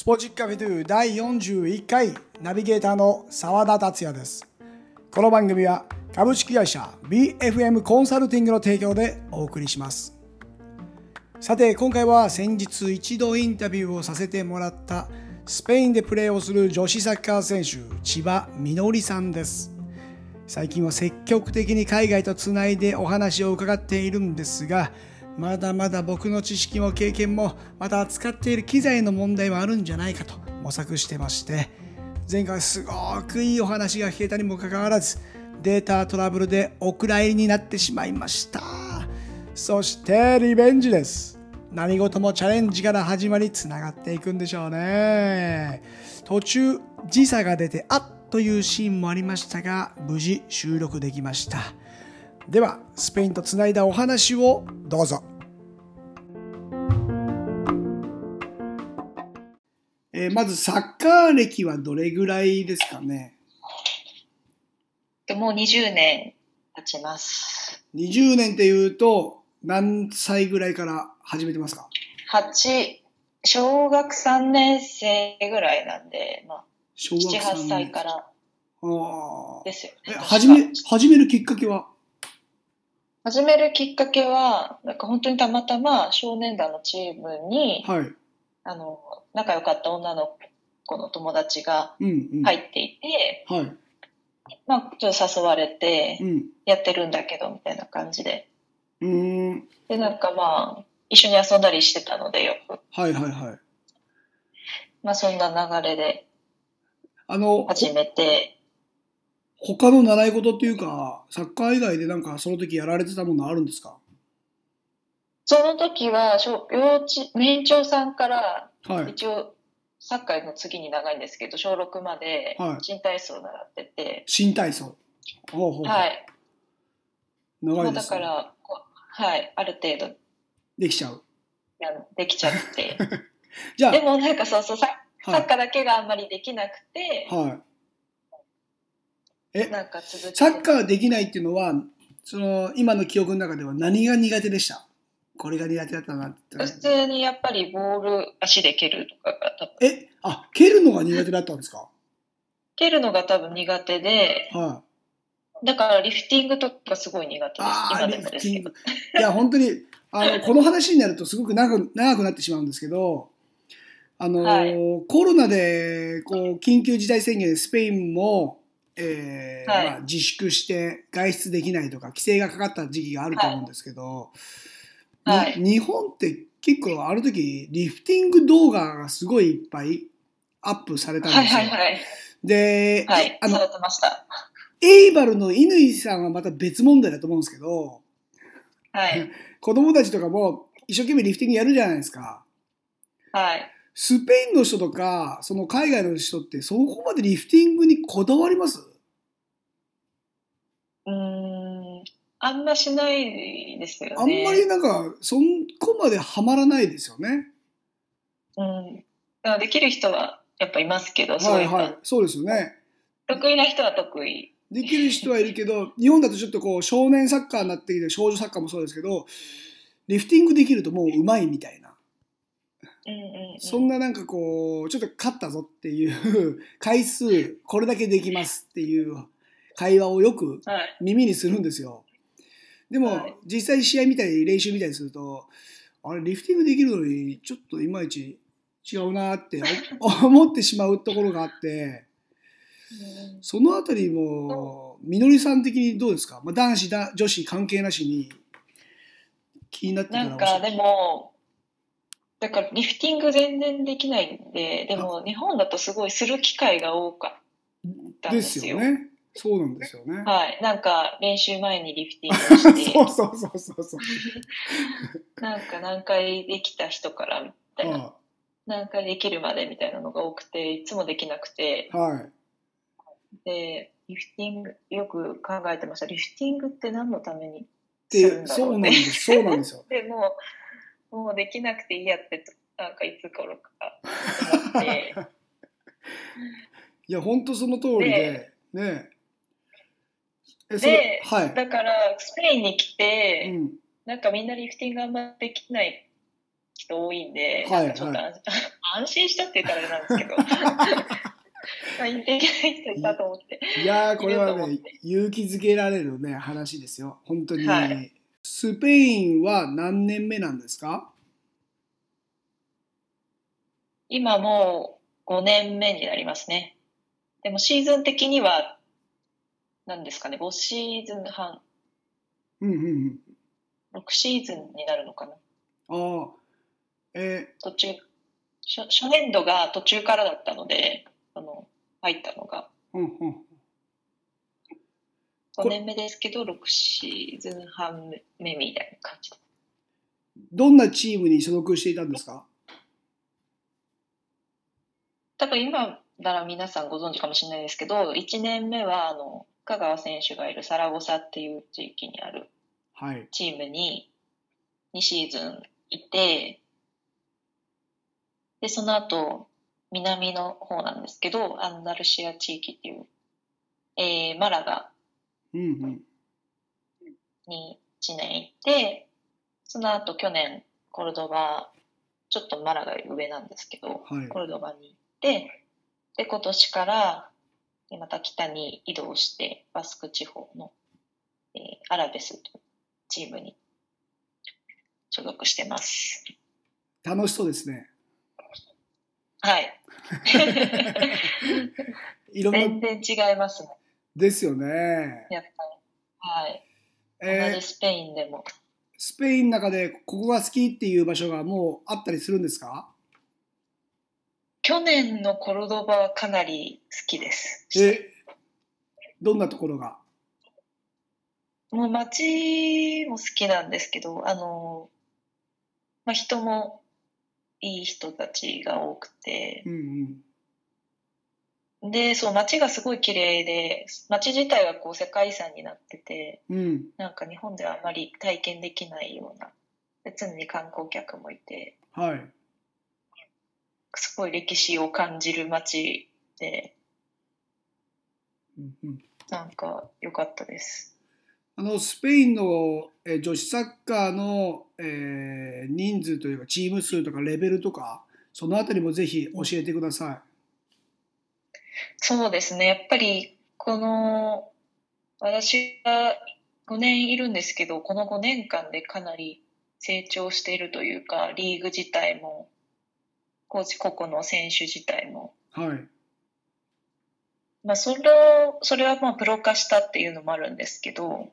ポジックカフェトゥ第41回ナビゲーターの澤田達也です。この番組は株式会社 BFM コンサルティングの提供でお送りします。さて今回は先日一度インタビューをさせてもらったスペインでプレーをする女子サッカー選手千葉みのりさんです。最近は積極的に海外とつないでお話を伺っているんですが、まだまだ僕の知識も経験もまた扱っている機材の問題もあるんじゃないかと模索してまして、前回すごくいいお話が聞けたにもかかわらずデータトラブルでお蔵入りになってしまいました。そしてリベンジです。何事もチャレンジから始まりつながっていくんでしょうね。途中時差が出てというシーンもありましたが無事収録できました。ではスペインとつないだお話をどうぞ。まずサッカー歴はどれぐらいですかね。 もう20年経ちます。 20年っていうと何歳ぐらいから始めてますか。 小学3年生ぐらいなんで、 小学 7、8歳からですよね。 始めるきっかけはなんか本当にたまたま少年団のチームに、仲良かった女の子の友達が入っていて、ちょっと誘われて、やってるんだけどみたいな感じで、でなんか一緒に遊んだりしてたのでよく、そんな流れで始めて。 他の習い事っていうかサッカー以外でなんかその時やられてたものあるんですか。 その時は年長さんから、一応サッカーの次に長いんですけど小6まで新体操を習ってて、 新体操長いですね。 だからある程度できちゃってじゃあでもなんかサッカーだけがあんまりできなくて、なんか続けて。 サッカーできないっていうのはその今の記憶の中では何が苦手でした。これが苦手だったなって。 普通にやっぱりボール足で蹴るとかが多分。 蹴るのが苦手だったんですか。 蹴るのが多分苦手で、だからリフティングとかすごい苦手です。今でもですけど。 いや本当にこの話になるとすごく長くなってしまうんですけど、コロナで緊急事態宣言でスペインも自粛して外出できないとか規制がかかった時期があると思うんですけど、日本って結構ある時リフティング動画がすごいいっぱいアップされたんですよ。で、 されてました。 エイバルの乾さんはまた別問題だと思うんですけど、子供たちとかも一生懸命リフティングやるじゃないですか。スペインの人とかその海外の人ってそこまでリフティングにこだわります？ あんましないですよね。 あんまりなんかそこまでハマらないですよね。 できる人はやっぱいますけど、 そうですよね。 得意な人は得意。 できる人はいるけど、日本だとちょっと少年サッカーになってきて少女サッカーもそうですけど、リフティングできるともう上手いみたいな。そんななんかちょっと勝ったぞっていう回数これだけできますっていう会話をよく耳にするんですよ。でも実際試合見たり練習見たりすると、あれリフティングできるのにちょっといまいち違うなって思ってしまうところがあって、そのあたりもみのりさん的にどうですか。男子女子関係なしに気になってたらなんかでもだからリフティング全然できないんで、でも日本だとすごいする機会が多かったんですよ。 ですよね。そうなんですよね。 なんか練習前にリフティングしてそうなんか何回できた人からみたいな、何回できるまでみたいなのが多くて、いつもできなくて、でリフティングよく考えてました。リフティングって何のためにするんだろうって。 そうなんですよ。 でもうできなくていいやってなんかいつ頃か思っていや本当その通りでね。 だからスペインに来て、なんかみんなリフティングあんまできない人多いんで、はいはい、ちょっと安心したって言ったらあれなんですけどインテリな人いたと思って。 いやー、これはね、勇気づけられるね、話ですよ。本当に。はい、スペインは何年目なんですか？ 今もう5年目になりますね。でもシーズン的には、何ですかね、5シーズン半。6シーズンになるのかな。 ああ。 途中、初年度が途中からだったので、入ったのが。5年目ですけど、6シーズン半目みたいな感じで。 どんなチームに所属していたんですか？ 多分今なら皆さんご存知かもしれないですけど、1年目は香川選手がいるサラゴサっていう地域にあるチームに2シーズンいて、でその後南の方なんですけど、アンダルシア地域っていう、マラガに1年行って、その後去年コルドバ、ちょっとマラガより上なんですけど、コルドバに行って、で今年からまた北に移動してバスク地方の、アラベスというチームに所属してます。 楽しそうですね。 はい。全然違いますね。 ですよね。 やっぱり。はい。同じスペインでも。 スペインの中でここが好きっていう場所がもうあったりするんですか？ 去年のコルドバはかなり好きです。 どんなところが？ もう街も好きなんですけど、人もいい人たちが多くて、で、そう、街がすごい綺麗で、街自体はこう世界遺産になってて、なんか日本ではあまり体験できないような、常に観光客もいて、すごい歴史を感じる街で、なんか良かったです。 スペインの女子サッカーの人数というかチーム数とかレベルとか、そのあたりもぜひ教えてください。 そうですね。やっぱり私が5年いるんですけど、この5年間でかなり成長しているというか、リーグ自体も個々の選手自体も、それはプロ化したっていうのもあるんですけど、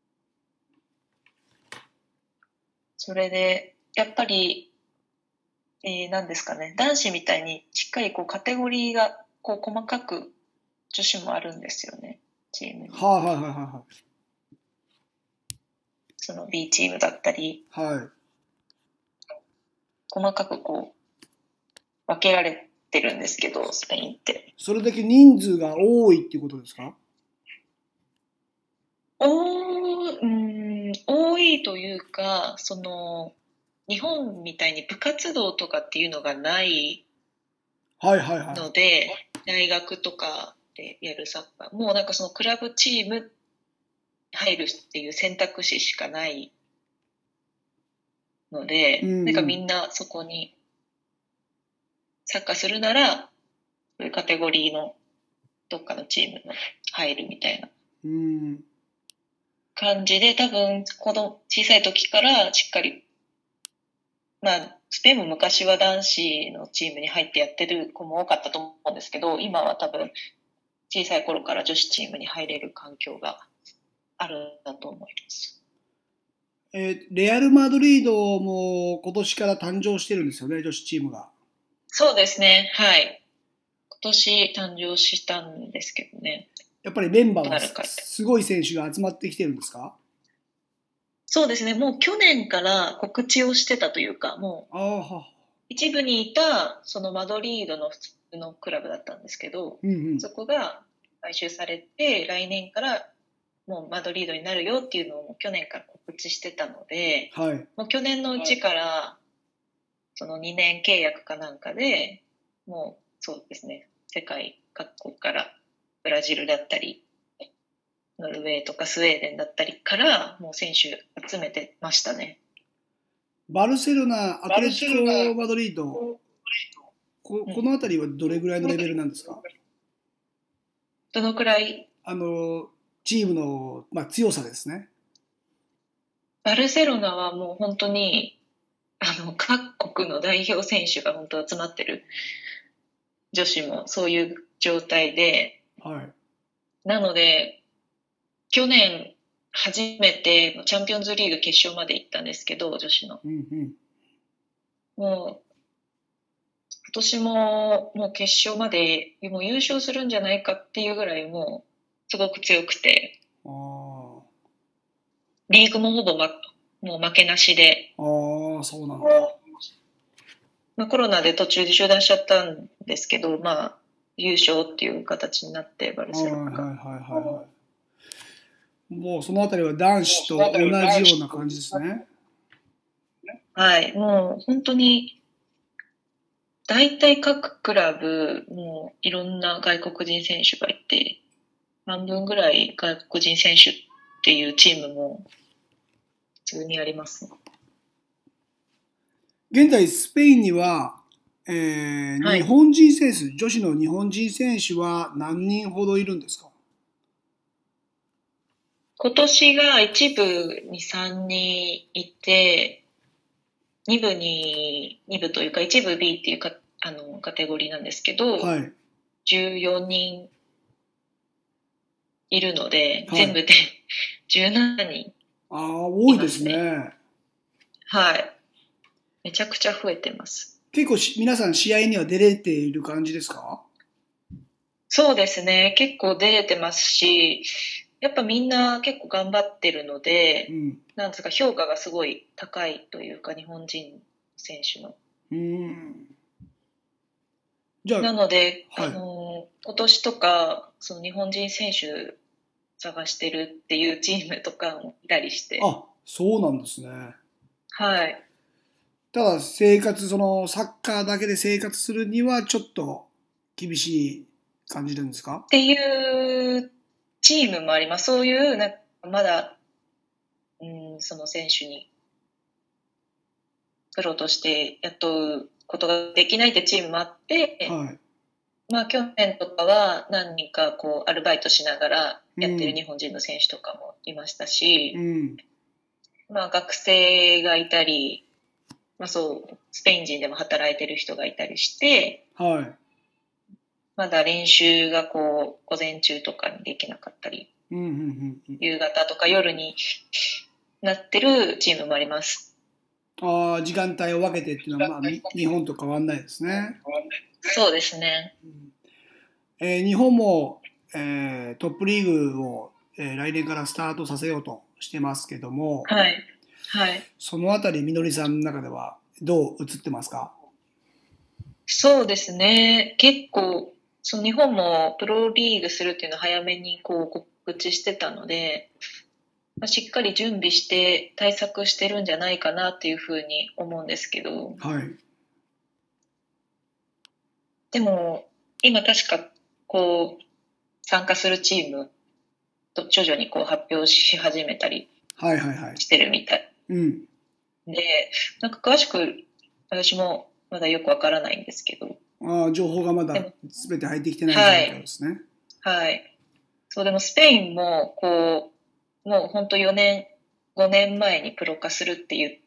それでやっぱり何ですかね、男子みたいにしっかりこうカテゴリーがこう細かく女子もあるんですよね、チームに。その B チームだったり、細かくこう分けられてるんですけど、スペインって。 それだけ人数が多いっていうことですか？ 多いというか、日本みたいに部活動とかっていうのがないので、大学とかでやるサッカー、もうなんかそのクラブチーム入るっていう選択肢しかないので、なんかみんなそこにサッカーするなら、そういうカテゴリーのどっかのチームの入るみたいな感じで、多分小さい時からしっかり、スペインも昔は男子のチームに入ってやってる子も多かったと思うんですけど、今は多分小さい頃から女子チームに入れる環境があるんだと思います。 レアル・マドリードも今年から誕生してるんですよね、女子チームが。 そうですね、はい。今年誕生したんですけどね。 やっぱりメンバーがすごい選手が集まってきてるんですか？ そうですね、もう去年から告知をしてたというか、もう一部にいたそのマドリードの普通のクラブだったんですけど、そこが買収されて、来年からもうマドリードになるよっていうのを去年から告知してたので、もう去年のうちからその2年契約かなんかで、もうそうですね、世界各国からブラジルだったり、ノルウェーとかスウェーデンだったりからもう選手集めてましたね。 バルセロナ、アトレティコ・マドリード、この辺りはどれぐらいのレベルなんですか？ どのくらい？ チームの、強さですね。 バルセロナはもう本当に、各国の代表選手が本当集まってる。女子もそういう状態で。 はい。 なので、去年初めてチャンピオンズリーグ決勝まで行ったんですけど、女子の。もう、今年ももう決勝までもう優勝するんじゃないかっていうぐらいもうすごく強くて。リーグもほぼ、もう負けなしで。 そうなんだ。 コロナで途中で中断しちゃったんですけど、優勝っていう形になって、バルセロナが。 もうそのあたりは男子と同じような感じですね。 はい、もう本当に、大体各クラブ、もういろんな外国人選手がいて、半分ぐらい外国人選手っていうチームも普通にあります。 現在スペインには、日本人選手、女子の日本人選手は何人ほどいるんですか？ 今年が1部に3人いて、2部というか1部 B っていうカテゴリーなんですけど、14人いるので、全部で17人。 多いですね。 はい。めちゃくちゃ増えてます。 結構皆さん試合には出れている感じですか？ そうですね。結構出れてますし、やっぱみんな結構頑張ってるので、なんですか、評価がすごい高いというか、日本人選手の。じゃあなので、今年とか、その日本人選手探してるっていうチームとかもいたりして。 そうなんですね。 はい。 ただサッカーだけで生活するにはちょっと厳しい感じなんですか？ っていうチームもあります。そういうまだ、その選手にプロとして雇うことができないってチームもあって、去年とかは何人かアルバイトしながらやってる日本人の選手とかもいましたし、学生がいたり、スペイン人でも働いてる人がいたりして、まだ練習が午前中とかにできなかったり、夕方とか夜になってるチームもあります。 時間帯を分けてっていうのは、日本と変わんないですね。 そうですね。 日本も、トップリーグを、来年からスタートさせようとしてますけども、そのあたり、みのりさんの中ではどう映ってますか？ そうですね。結構、日本もプロリーグするっていうのを早めに告知してたので、しっかり準備して対策してるんじゃないかなっていうふうに思うんですけど、でも今確か参加するチームと徐々に発表し始めたりしてるみたい、で、詳しく私もまだよくわからないんですけど、 情報がまだ全て入ってきてない状況ですね。 そう、でもスペインももう本当4年、5年前にプロ化するって言って、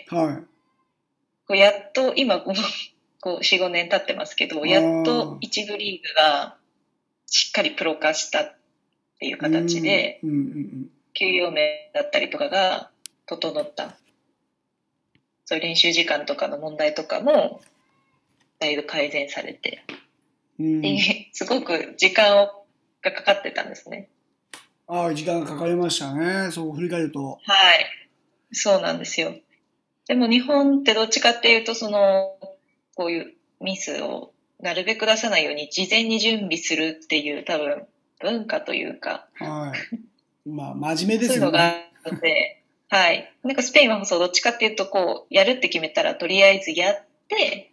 やっと今4、5年経ってますけど、やっと一部リーグがしっかりプロ化したっていう形で、給与面だったりとかが整った。そういう練習時間とかの問題とかもだいぶ改善されて、すごく時間がかかってたんですね。 時間がかかりましたね。そう振り返ると。 そうなんですよ。でも日本ってどっちかっていうとこういうミスをなるべく出さないように事前に準備するっていう多分文化というか、 真面目ですよね。 そういうのがあるので、スペインはどっちかっていうとやるって決めたらとりあえずやって、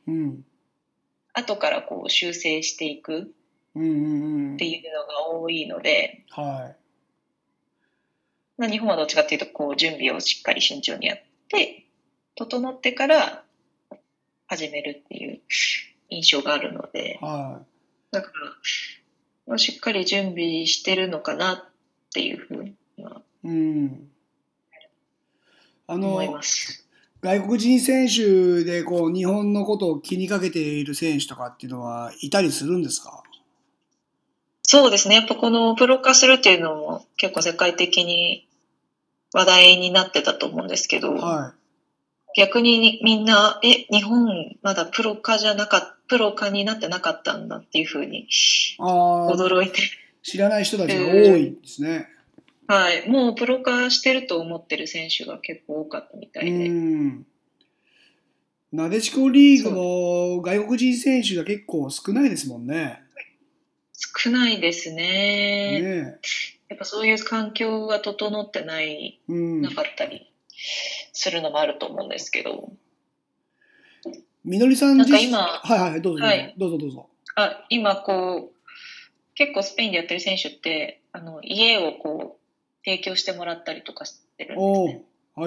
後から修正していくっていうのが多いので、日本はどっちかっていうと準備をしっかり慎重にやってっ整ってから始めるっていう印象があるので、だから、しっかり準備してるのかなっていうふうには思います。 外国人選手で日本のことを気にかけている選手とかっていうのはいたりするんですか？ そうですね。やっぱこのプロ化するっていうのも結構世界的に話題になってたと思うんですけど、逆にみんな、日本まだプロ化になってなかったんだっていうふうに驚いて。 知らない人たちが多いんですね。 はい。もうプロ化してると思ってる選手が結構多かったみたいで。 なでしこリーグも外国人選手が結構少ないですもんね。 少ないですね。やっぱそういう環境が整ってなかったりするのもあると思うんですけど。 みのりさん自身、 はい、 どうぞ。 今結構スペインでやってる選手って、家を提供してもらったりとかしてるんですね。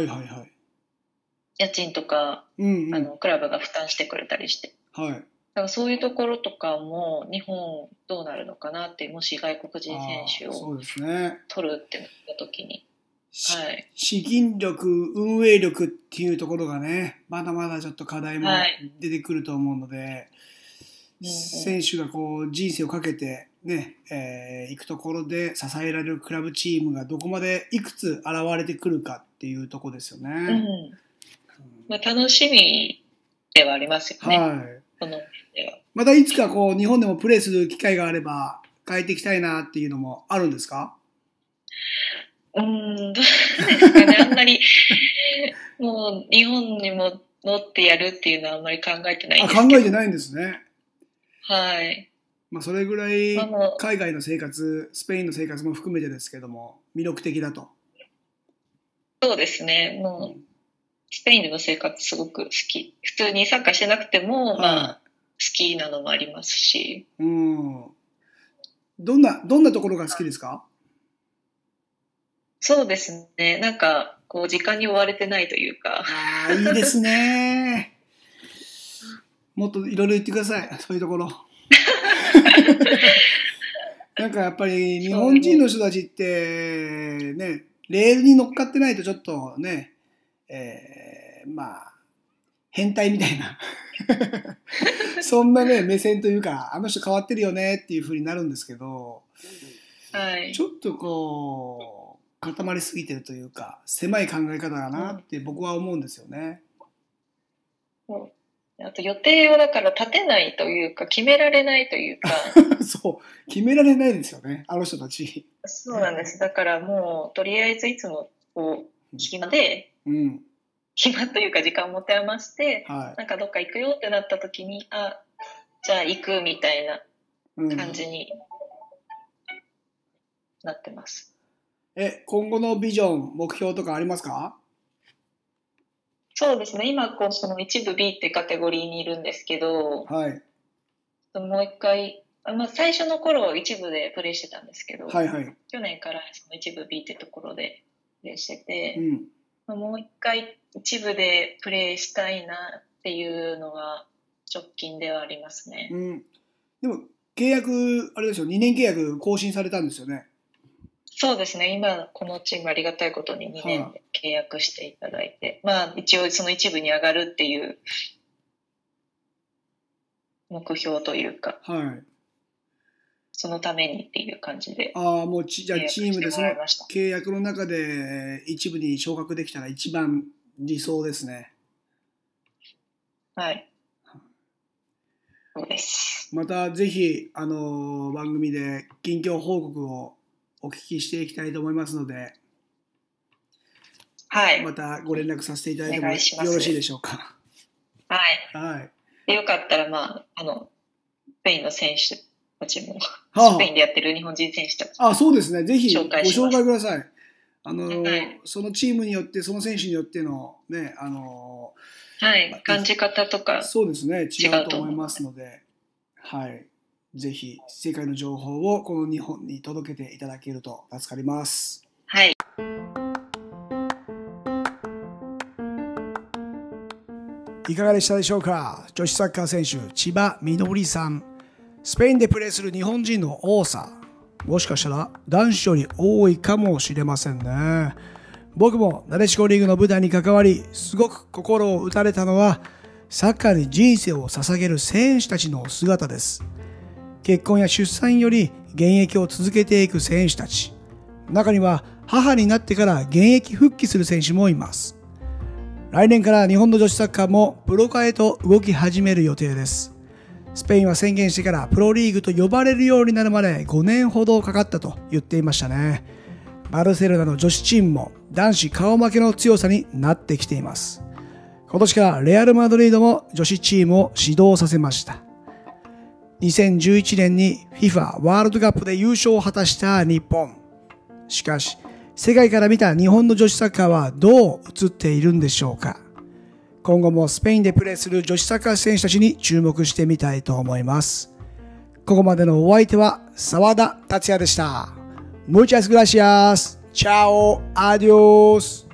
家賃とか、クラブが負担してくれたりして。だからそういうところとかも日本どうなるのかなって、もし外国人選手を取るってなった時に。 資金力、運営力っていうところがね、まだまだちょっと課題も出てくると思うので、選手が人生をかけてね、行くところで支えられるクラブチームがどこまでいくつ現れてくるかっていうところですよね。 楽しみではありますよね。 またいつか日本でもプレーする機会があれば変えていきたいなっていうのもあるんですか？ どうですかね。あんまりもう日本にも乗ってやるっていうのはあんまり考えてないんですけど。 考えてないんですね。 はい。 それぐらい海外の生活、スペインの生活も含めてですけども魅力的だと。 そうですね。もうスペインでの生活すごく好き。普通にサッカーしてなくても、好きなのもありますし。 どんなところが好きですか？ そうですね。時間に追われてないというか。 いいですね。もっといろいろ言ってください。そういうところ。やっぱり日本人の人たちってね、レールに乗っかってないとちょっとね、変態みたいなそんなね目線というか、あの人変わってるよねっていう風になるんですけど、ちょっと固まりすぎてるというか、狭い考え方だなって僕は思うんですよね。 あと予定をだから立てないというか、決められないというか。 そう、決められないですよね、あの人たち。 そうなんです。だからもうとりあえずいつも暇で、暇というか時間を持て余して、どっか行くよってなった時に、じゃあ行くみたいな感じになってます。 今後のビジョン、目標とかありますか？ そうですね。今その一部 B ってカテゴリーにいるんですけど、もう一回、最初の頃一部でプレイしてたんですけど、去年からその一部 B ってところでプレイしてて、もう一回一部でプレイしたいなっていうのが直近ではありますね。 でも契約、あれですよ、2年契約更新されたんですよね。 そうですね。今このチームありがたいことに2年で契約していただいて、一応その一部に上がるっていう目標というか、そのためにっていう感じで。 もうじゃあチームでその契約の中で一部に昇格できたら一番理想ですね。 はい。そうです。 またぜひ番組で近況報告をお聞きしていきたいと思いますので、またご連絡させていただいてもよろしいでしょうか。 よかったらスペインの選手たちも、スペインでやってる日本人選手たちもそうですね。ぜひご紹介ください。そのチームによって、その選手によってのね、 感じ方とかそうですね、違うと思いますので、ぜひ世界の情報をこの日本に届けていただけると助かります。 いかがでしたでしょうか。女子サッカー選手、千葉みのりさん。スペインでプレーする日本人の多さ、もしかしたら男子より多いかもしれませんね。僕もなでしこリーグの舞台に関わり、すごく心を打たれたのは、サッカーに人生を捧げる選手たちの姿です。結婚や出産より現役を続けていく選手たち。中には母になってから現役復帰する選手もいます。来年から日本の女子サッカーもプロ化へと動き始める予定です。スペインは宣言してからプロリーグと呼ばれるようになるまで5年ほどかかったと言っていましたね。バルセロナの女子チームも男子顔負けの強さになってきています。今年からレアル・マドリードも女子チームを指導させました。2011年に FIFA ワールドカップで優勝を果たした日本。しかし、世界から見た日本の女子サッカーはどう映っているんでしょうか。今後もスペインでプレーする女子サッカー選手たちに注目してみたいと思います。ここまでのお相手は澤田達也でした。Muchas gracias. Chao. Adiós.